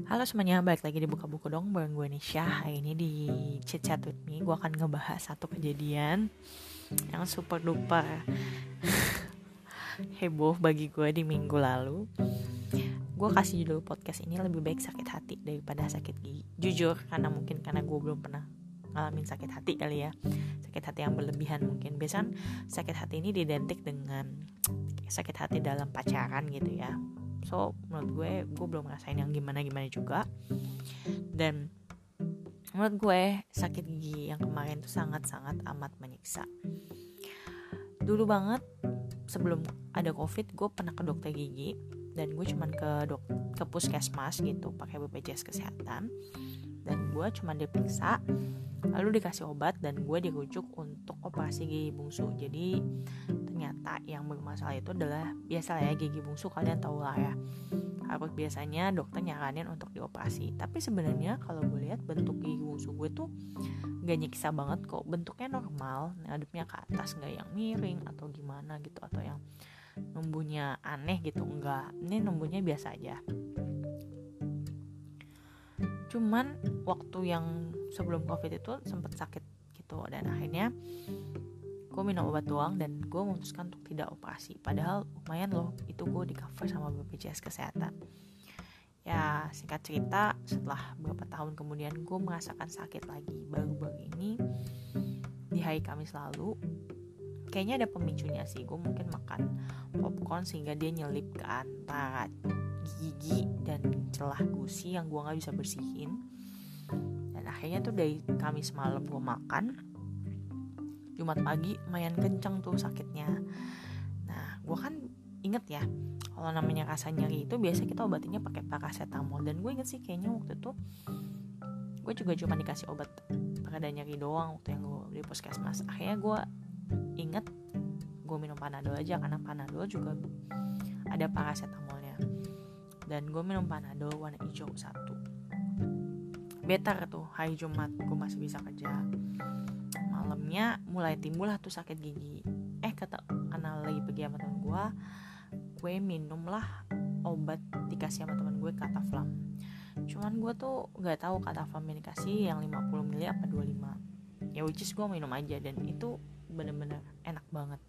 Halo semuanya, balik lagi di Buka Buku dong bareng gue Nisha. Hari ini di Chit Chat With Me gue akan ngebahas satu kejadian yang super duper heboh bagi gue di minggu lalu. Gue kasih judul podcast ini lebih baik sakit hati daripada sakit gigi. Jujur, karena gue belum pernah ngalamin sakit hati kali ya. Sakit hati yang berlebihan mungkin. Biasanya sakit hati ini identik dengan sakit hati dalam pacaran gitu ya. So menurut gue belum ngerasain yang gimana-gimana juga. Dan menurut gue sakit gigi yang kemarin tuh sangat-sangat amat menyiksa. Dulu banget sebelum ada covid gue pernah ke dokter gigi. Dan gue cuman ke puskesmas gitu pakai BPJS kesehatan. Dan gue cuman diperiksa, lalu dikasih obat dan gue dirujuk untuk operasi gigi bungsu. Jadi ternyata yang bermasalah itu adalah biasa ya gigi bungsu, kalian tahu lah ya. Harus biasanya dokter nyaranin untuk dioperasi. Tapi sebenarnya kalau gue lihat bentuk gigi bungsu gue tuh gak nyiksa banget kok. Bentuknya normal, ngadepnya ke atas, gak yang miring atau gimana gitu, atau yang numbuhnya aneh gitu, enggak. Ini numbuhnya biasa aja. Cuman waktu yang sebelum covid itu sempet sakit gitu, dan akhirnya gue minum obat doang dan gue memutuskan untuk tidak operasi. Padahal lumayan loh, itu gue di cover sama BPJS kesehatan. Ya singkat cerita, setelah beberapa tahun kemudian gue merasakan sakit lagi. Baru-baru ini di hari Kamis lalu, kayaknya ada pemicunya sih. Gue mungkin makan popcorn sehingga dia nyelip ke antara gigi dan celah gusi yang gue gak bisa bersihin. Dan akhirnya tuh dari Kamis malam gue makan, Jumat pagi lumayan kenceng tuh sakitnya. Nah gue kan inget ya, kalau namanya rasa nyeri itu biasa kita obatinnya pakai paracetamol. Dan gue inget sih kayaknya waktu itu gue juga cuma dikasih obat pereda nyeri doang waktu yang gue di puskesmas. Akhirnya gue inget gue minum Panadol aja, karena Panadol juga ada paracetamolnya. Dan gue minum Panadol warna hijau 1. Better tuh hari Jumat gue masih bisa kerja. Malamnya mulai timbul lah tuh sakit gigi. Karena lagi pergi sama temen gue minum lah obat dikasih sama temen gue, Cataflam. Cuman gue tuh gak tahu Cataflam yang dikasih yang 50 ml apa 25. Ya which is gue minum aja dan itu bener-bener enak banget.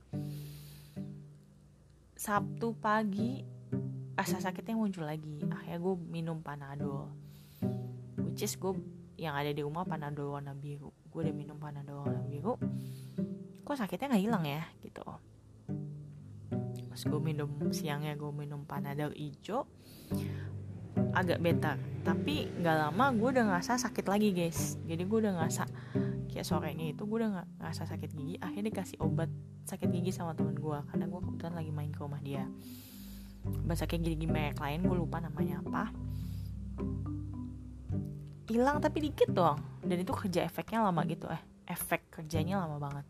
Sabtu pagi rasa sakitnya muncul lagi. Akhirnya gue minum Panadol, which is gue yang ada di rumah Panadol warna biru. Gue udah minum Panadol warna biru, kok sakitnya gak hilang ya gitu. Pas gue minum siangnya, gue minum Panadol hijau, agak better. Tapi gak lama gue udah ngerasa sakit lagi guys. Jadi gue udah ngerasa kayak sorenya itu gue udah ngerasa sakit gigi. Akhirnya dikasih obat sakit gigi sama temen gue, karena gue kebetulan lagi main ke rumah dia. Obat sakit gigi merek lain, gue lupa namanya apa. Hilang tapi dikit doang. Dan itu kerja efeknya lama gitu. Efek kerjanya lama banget,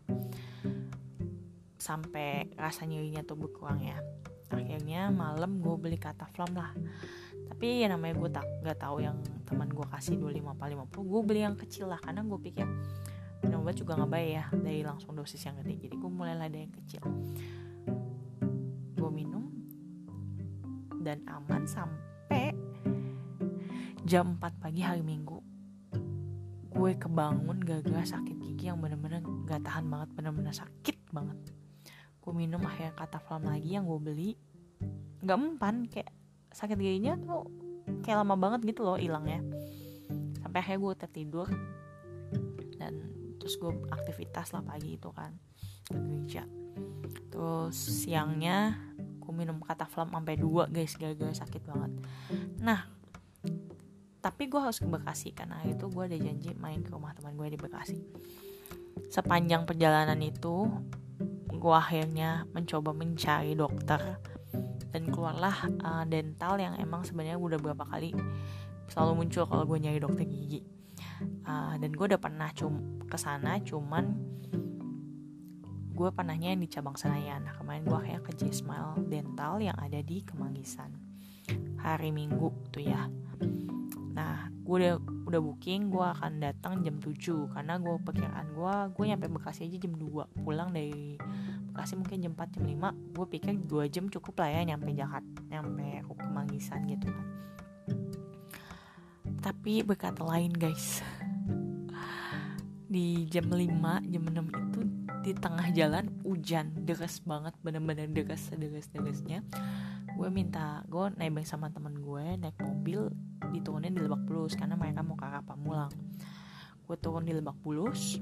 sampai rasa nyerinya tuh berkurang ya. Akhirnya malam gue beli Cataflam lah. Tapi ya namanya gue gak tahu yang teman gue kasih 25-50, gue beli yang kecil lah, karena gue pikir minum obat juga gak baik ya dari langsung dosis yang gede. Jadi gue mulailah dari yang kecil. Gue minum dan aman sampai jam 4 pagi hari Minggu. Gue kebangun gara-gara sakit gigi yang bener-bener gak tahan banget, bener-bener sakit banget. Gue minum akhirnya Cataflam lagi yang gue beli. Gak mempan, kayak sakit giginya tuh kayak lama banget gitu loh hilangnya. Sampai akhirnya gue tertidur. Dan terus gue aktivitas lah pagi itu kan, ke gereja. Terus siangnya gue minum Cataflam sampai 2 guys, gara-gara sakit banget. Nah tapi gue harus ke Bekasi, karena itu gue ada janji main ke rumah teman gue di Bekasi. Sepanjang perjalanan itu gue akhirnya mencoba mencari dokter, dan keluarlah dental yang emang sebenarnya udah berapa kali selalu muncul kalau gue nyari dokter gigi. Dan gue udah pernah kesana, cuman gue pernahnya yang di cabang Senayan. Nah kemarin gue akhirnya ke J-Smile Dental yang ada di Kemanggisan hari Minggu tuh ya. Nah gue udah booking, gue akan datang jam 7, karena gue perkiraan gue nyampe Bekasi aja jam 2, pulang dari Bekasi mungkin jam 4, jam 5. Gue pikir 2 jam cukup lah ya nyampe Jakarta, nyampe Kemanggisan gitu kan. Tapi berkata lain guys, di jam 5, jam 6 itu di tengah jalan hujan deras banget, bener-bener deras-degasnya. Gue nebeng sama temen gue naik mobil diturunin di Lebak Bulus karena mereka mau ke arah Pamulang. Gue turun di Lebak Bulus,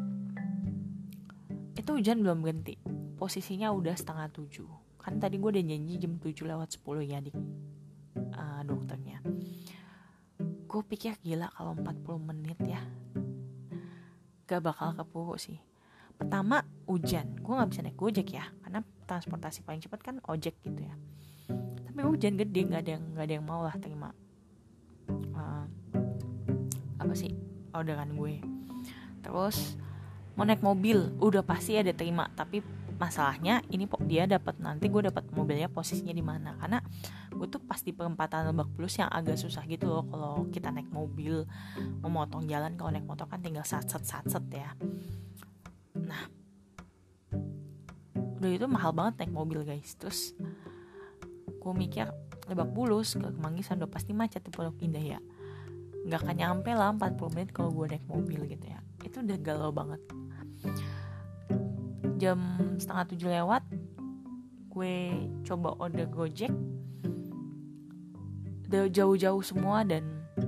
itu hujan belum berhenti, posisinya udah 6:30. Kan tadi gue udah janji jam 7:10 ya di dokternya. Gue pikir gila kalau 40 menit ya gak bakal kepuru sih. Pertama hujan, gue gak bisa naik Gojek ya, karena transportasi paling cepat kan ojek gitu ya. Tapi hujan gede, gak ada yang mau lah terima orderan gue. Terus mau naik mobil udah pasti ada terima, tapi masalahnya ini dia gue dapat mobilnya posisinya di mana, karena gue tuh pas di perempatan Lebak Bulus yang agak susah gitu loh. Kalau kita naik mobil memotong jalan, kalau naik motor kan tinggal satset ya. Nah udah itu mahal banget naik mobil guys. Terus gue mikir Lebak Bulus ke Kemanggisan udah pasti macet di Pondok Indah ya, gak akan nyampe lah 40 menit kalau gue naik mobil gitu ya. Itu udah galau banget. Jam 6:30 lewat, gue coba order Gojek, udah jauh-jauh semua, dan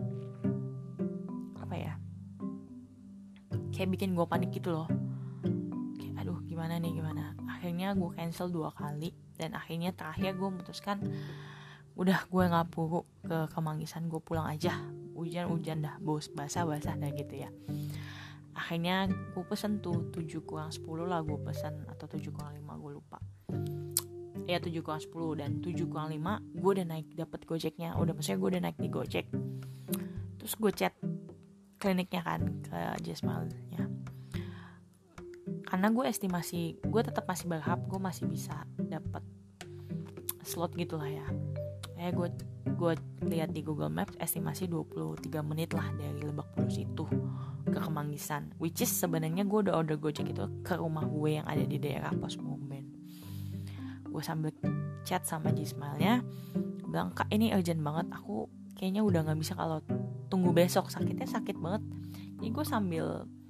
kayak bikin gue panik gitu loh. Kayak aduh gimana. Akhirnya gue cancel 2 kali, dan akhirnya terakhir gue memutuskan udah gue gak puru ke Kemanggisan, gue pulang aja. Hujan dah, basah dah gitu ya. Akhirnya gue pesen tuh 7:10 lah gue pesen, atau 7:05 gue lupa ya, 7:10 dan 7:05 gue udah naik dapet Gojeknya. Maksudnya gue udah naik di Gojek. Terus gue chat kliniknya kan, ke Jasmine-nya, karena gue estimasi, gue tetap masih berharap gue masih bisa dapet slot gitu lah ya. Gue lihat di Google Maps estimasi 23 menit lah dari Lebak Bulus itu ke Kemanggisan, which is sebenarnya gue udah order Gojek itu ke rumah gue yang ada di daerah Pos Mumben. Gue sambil chat sama Jismailnya, bilang kak ini urgent banget, aku kayaknya udah nggak bisa kalau tunggu besok, sakitnya sakit banget. Jadi gue sambil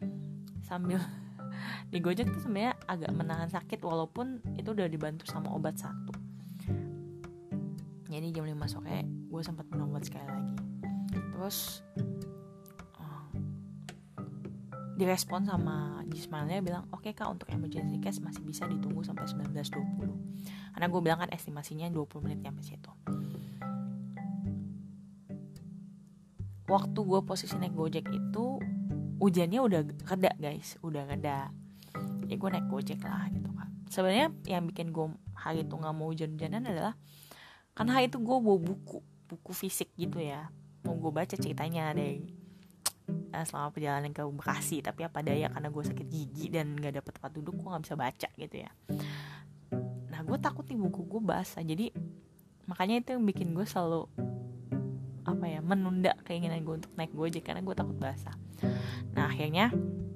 di Gojek tuh sebenarnya agak menahan sakit, walaupun itu udah dibantu sama obat 1. Jadi jam 5 sore gue sempat minum obat sekali lagi. Terus direspon sama Jismailnya, bilang oke kak, untuk emergency case masih bisa ditunggu sampai 19:20. Karena gue bilang kan estimasinya 20 menit nyampe situ. Waktu gue posisi naik Gojek itu hujannya udah reda guys, ya gue naik Gojek lah gitu kan. Sebenarnya yang bikin gue hari itu nggak mau hujan-hujanan adalah karena hari itu gue bawa buku fisik gitu ya, mau gue baca ceritanya dari selama perjalanan ke Bekasi. Tapi apa daya, karena gue sakit gigi dan gak dapet tempat duduk, gue gak bisa baca gitu ya. Nah gue takut nih buku gue basah, jadi makanya itu yang bikin gue selalu menunda keinginan gue untuk naik Gojek, karena gue takut basah. Nah akhirnya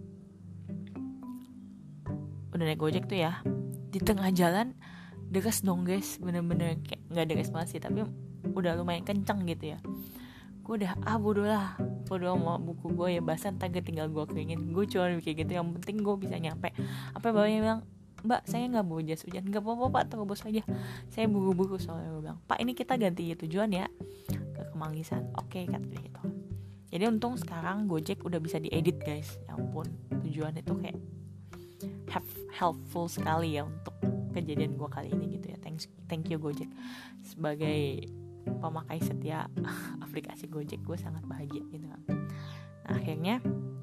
udah naik Gojek tuh ya, di tengah jalan deras dong guys, bener-bener kayak gak deras banget sih, tapi udah lumayan kenceng gitu ya. Gue udah bodo mau buku gue ya basah, ntar tinggal gue keringin. Gue cuma kayak gitu, yang penting gue bisa nyampe. Apa bapaknya bilang, mbak saya gak bawa jas hujan. Gak apa-apa pak, terobos aja, saya buru-buru. Soalnya gue bilang, pak ini kita ganti tujuan ya ke Kemanggisan. Oke kata dia gitu. Jadi untung sekarang Gojek udah bisa diedit guys. Ya ampun, tujuan itu kayak helpful sekali ya untuk kejadian gue kali ini gitu ya. Thank you Gojek. Sebagai pemakai setia aplikasi Gojek, gue sangat bahagia gitu kan. Nah akhirnya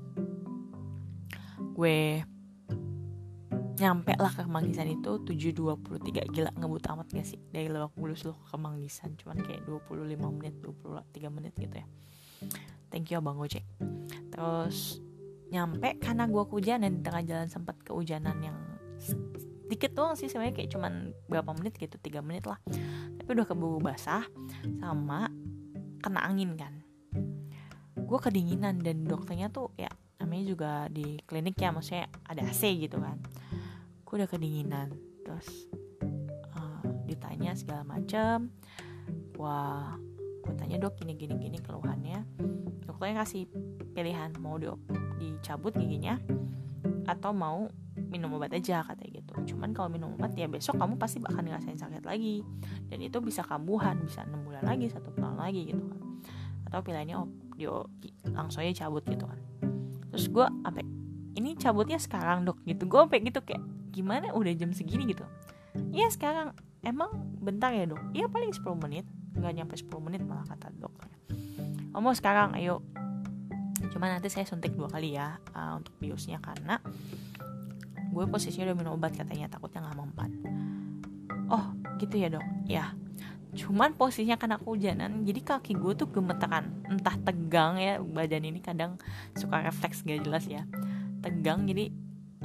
gue nyampe lah ke Kemanggisan itu 7:23. Gila, ngebut amat gak sih dari Lebak Bulus lo ke Kemanggisan, cuman kayak 25 menit 23 menit gitu ya. Thank you abang Gojek. Terus nyampe, karena gue kehujanan, di tengah jalan sempat kehujanan yang dikit doang sih sebenarnya, kayak cuman berapa menit gitu, 3 menit lah, tapi udah keburu basah sama kena angin kan. Gue kedinginan, dan dokternya tuh ya namanya juga di klinik ya, maksudnya ada AC gitu kan. Gue udah kedinginan, terus ditanya segala macam. Wah gue tanya, dok gini keluhannya. Dokternya kasih pilihan, mau dicabut giginya atau mau minum obat aja katanya gitu. Cuman kalau minum obat ya besok kamu pasti akan ngerasain sakit lagi, dan itu bisa kambuhan, bisa 6 bulan lagi, 1 tahun lagi gitu kan. Atau pilihannya langsung aja cabut gitu kan. Terus gue sampai, ini cabutnya sekarang dok gitu. Gue sampai gitu kayak gimana, udah jam segini gitu. Iya sekarang. Emang bentar ya dok? Iya paling 10 menit. Gak nyampe 10 menit malah kata dokternya. Mau sekarang ayo. Cuman nanti saya suntik 2 kali ya untuk biusnya, karena gue posisinya udah minum obat katanya, takutnya gak mempan. Oh gitu ya dok? Ya. Cuman posisinya karena kehujanan, jadi kaki gue tuh gemeteran. Entah tegang ya, badan ini kadang suka refleks gak jelas ya. Tegang, jadi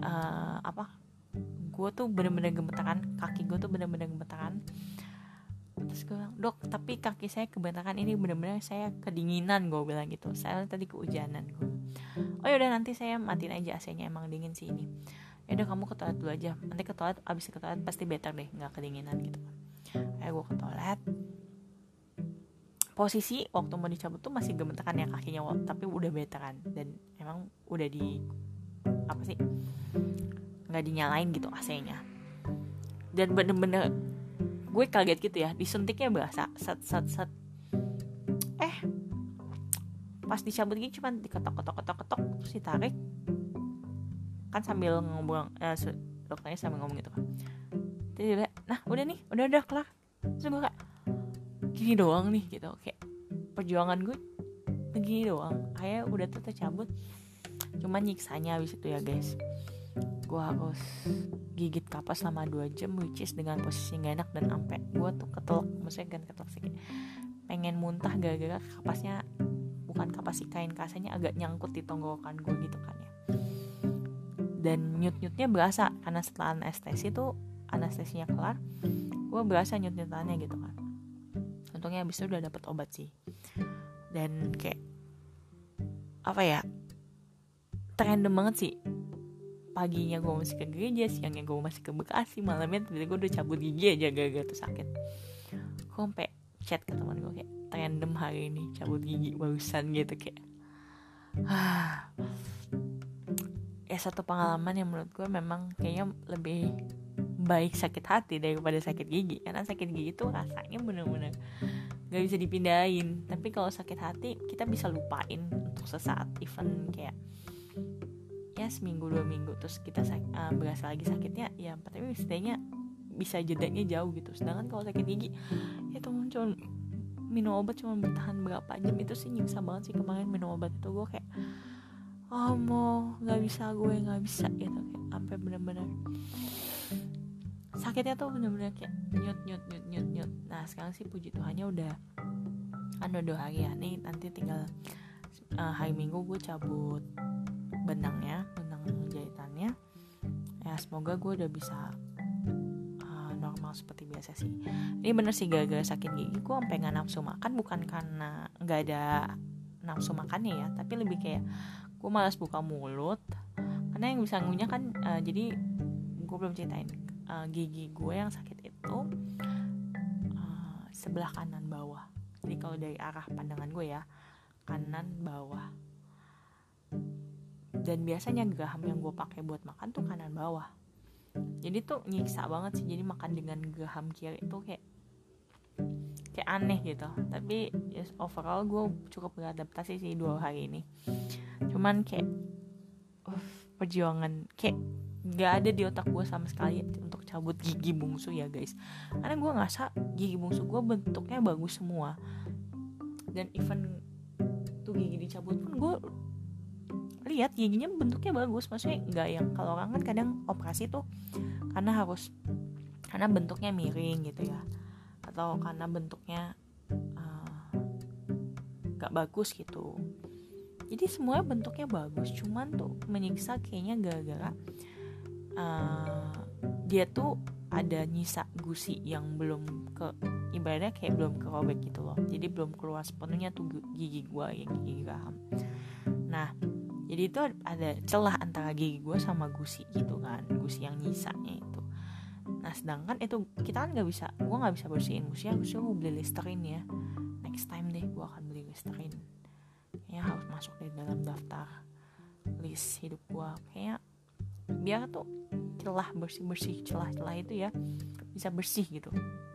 gue tuh bener-bener gemeteran, kaki gue tuh bener-bener gemeteran. Terus gue bilang, dok tapi kaki saya gemeteran, ini bener-bener saya kedinginan, gue bilang gitu. Saya tadi kehujanan gue. Oh yaudah nanti saya matiin aja AC-nya, emang dingin sih ini. Yaudah kamu ke toilet dulu aja, nanti ke toilet, abis ke toilet pasti better deh, gak kedinginan gitu. Kayak gue ke toilet, posisi waktu mau dicabut tuh masih gemeteran ya kakinya, tapi udah betteran, dan emang udah nggak dinyalain gitu AC-nya. Dan bener-bener gue kaget gitu ya, disuntiknya berasa set. Pas dicabut gitu cuman diketok terus ditarik kan sambil ngomong, dokternya sambil ngomong gitu kan. Terus dia, nah udah kelar. Terus gue kayak gini doang nih gitu, kayak perjuangan gue begini doang, kayak udah tuh tercabut. Cuman nyiksanya abis itu ya guys, gue harus gigit kapas selama 2 jam, which is dengan posisi gak enak, dan sampai gue tuh ketelak, maksudnya kan ketelak sih, pengen muntah gara-gara kapasnya, bukan kapas si kain kasanya agak nyangkut di tenggorokan gue gitu kan ya. Dan nyut-nyutnya berasa, karena setelah anestesi tuh, anestesinya kelar, gue berasa nyut-nyutannya gitu kan. Untungnya abis itu udah dapet obat sih. Dan kayak apa ya, random banget sih. Paginya gue masih ke gereja, siangnya gue masih ke Bekasi, malamnya tiba-tiba gue udah cabut gigi aja gara-gara tuh sakit. Gue sampai chat ke teman gue kayak, random hari ini cabut gigi barusan gitu kayak. Ya satu pengalaman yang menurut gue memang kayaknya lebih baik sakit hati daripada sakit gigi, karena sakit gigi tuh rasanya bener-bener gak bisa dipindahin. Tapi kalau sakit hati kita bisa lupain untuk sesaat, even kayak ya seminggu 2 minggu, terus kita berasa lagi sakitnya ya, tapi setidaknya bisa jedanya jauh gitu. Sedangkan kalau sakit gigi ya temen cuma minum obat cuma bertahan berapa jam, itu sih nyiksa banget sih. Kemarin minum obat itu gue kayak nggak bisa gitu, kayak sampai bener-bener sakitnya tuh bener-bener kayak nyut. Nah sekarang sih puji Tuhannya udah 2 hari ya, nih nanti tinggal hari Minggu gue cabut benang jahitannya ya, semoga gue udah bisa normal seperti biasa sih. Ini bener sih, gara-gara sakit gigi gue sampai nggak nafsu makan, bukan karena nggak ada nafsu makannya ya, tapi lebih kayak gue malas buka mulut, karena yang bisa ngunyah kan jadi gue belum ceritain, gigi gue yang sakit itu sebelah kanan bawah. Jadi kalau dari arah pandangan gue ya, kanan bawah. Dan biasanya geraham yang gue pakai buat makan tuh kanan bawah. Jadi tuh nyiksa banget sih. Jadi makan dengan geraham kiri itu kayak aneh gitu. Tapi overall gue cukup beradaptasi sih 2 hari ini. Cuman kayak perjuangan kayak gak ada di otak gue sama sekali untuk cabut gigi bungsu ya guys. Karena gue ngerasa gigi bungsu gue bentuknya bagus semua. Dan even tuh gigi dicabut pun gue lihat giginya bentuknya bagus. Maksudnya gak yang kalau orang kan kadang operasi tuh karena bentuknya miring gitu ya, atau karena bentuknya gak bagus gitu. Jadi semuanya bentuknya bagus, cuman tuh menyiksa kayaknya gara-gara dia tuh ada nyisa gusi yang belum ibaratnya kayak belum kerobek gitu loh. Jadi belum keluar sepenuhnya tuh gigi gue yang gigi geraham. Nah jadi itu ada celah antara gigi gue sama gusi gitu kan, gusi yang nyisanya itu. Nah sedangkan itu kita kan gue nggak bisa bersihin gusi, gue beli Listerine ya. Next next time deh gue akan beli Listerine. Kayaknya harus masuk di dalam daftar list hidup gue. Kayaknya biar tuh celah bersih celah-celah itu ya bisa bersih gitu.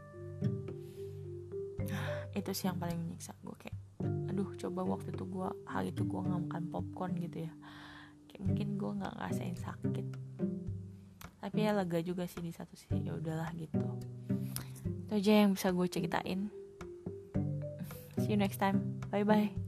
Itu sih yang paling menyiksa gue, kayak aduh, coba waktu itu hari itu gue nggak makan popcorn gitu ya, kayak mungkin gue nggak ngerasain sakit, tapi ya lega juga sih di satu sisi. Ya udahlah gitu, itu aja yang bisa gue ceritain. See you next time, bye bye.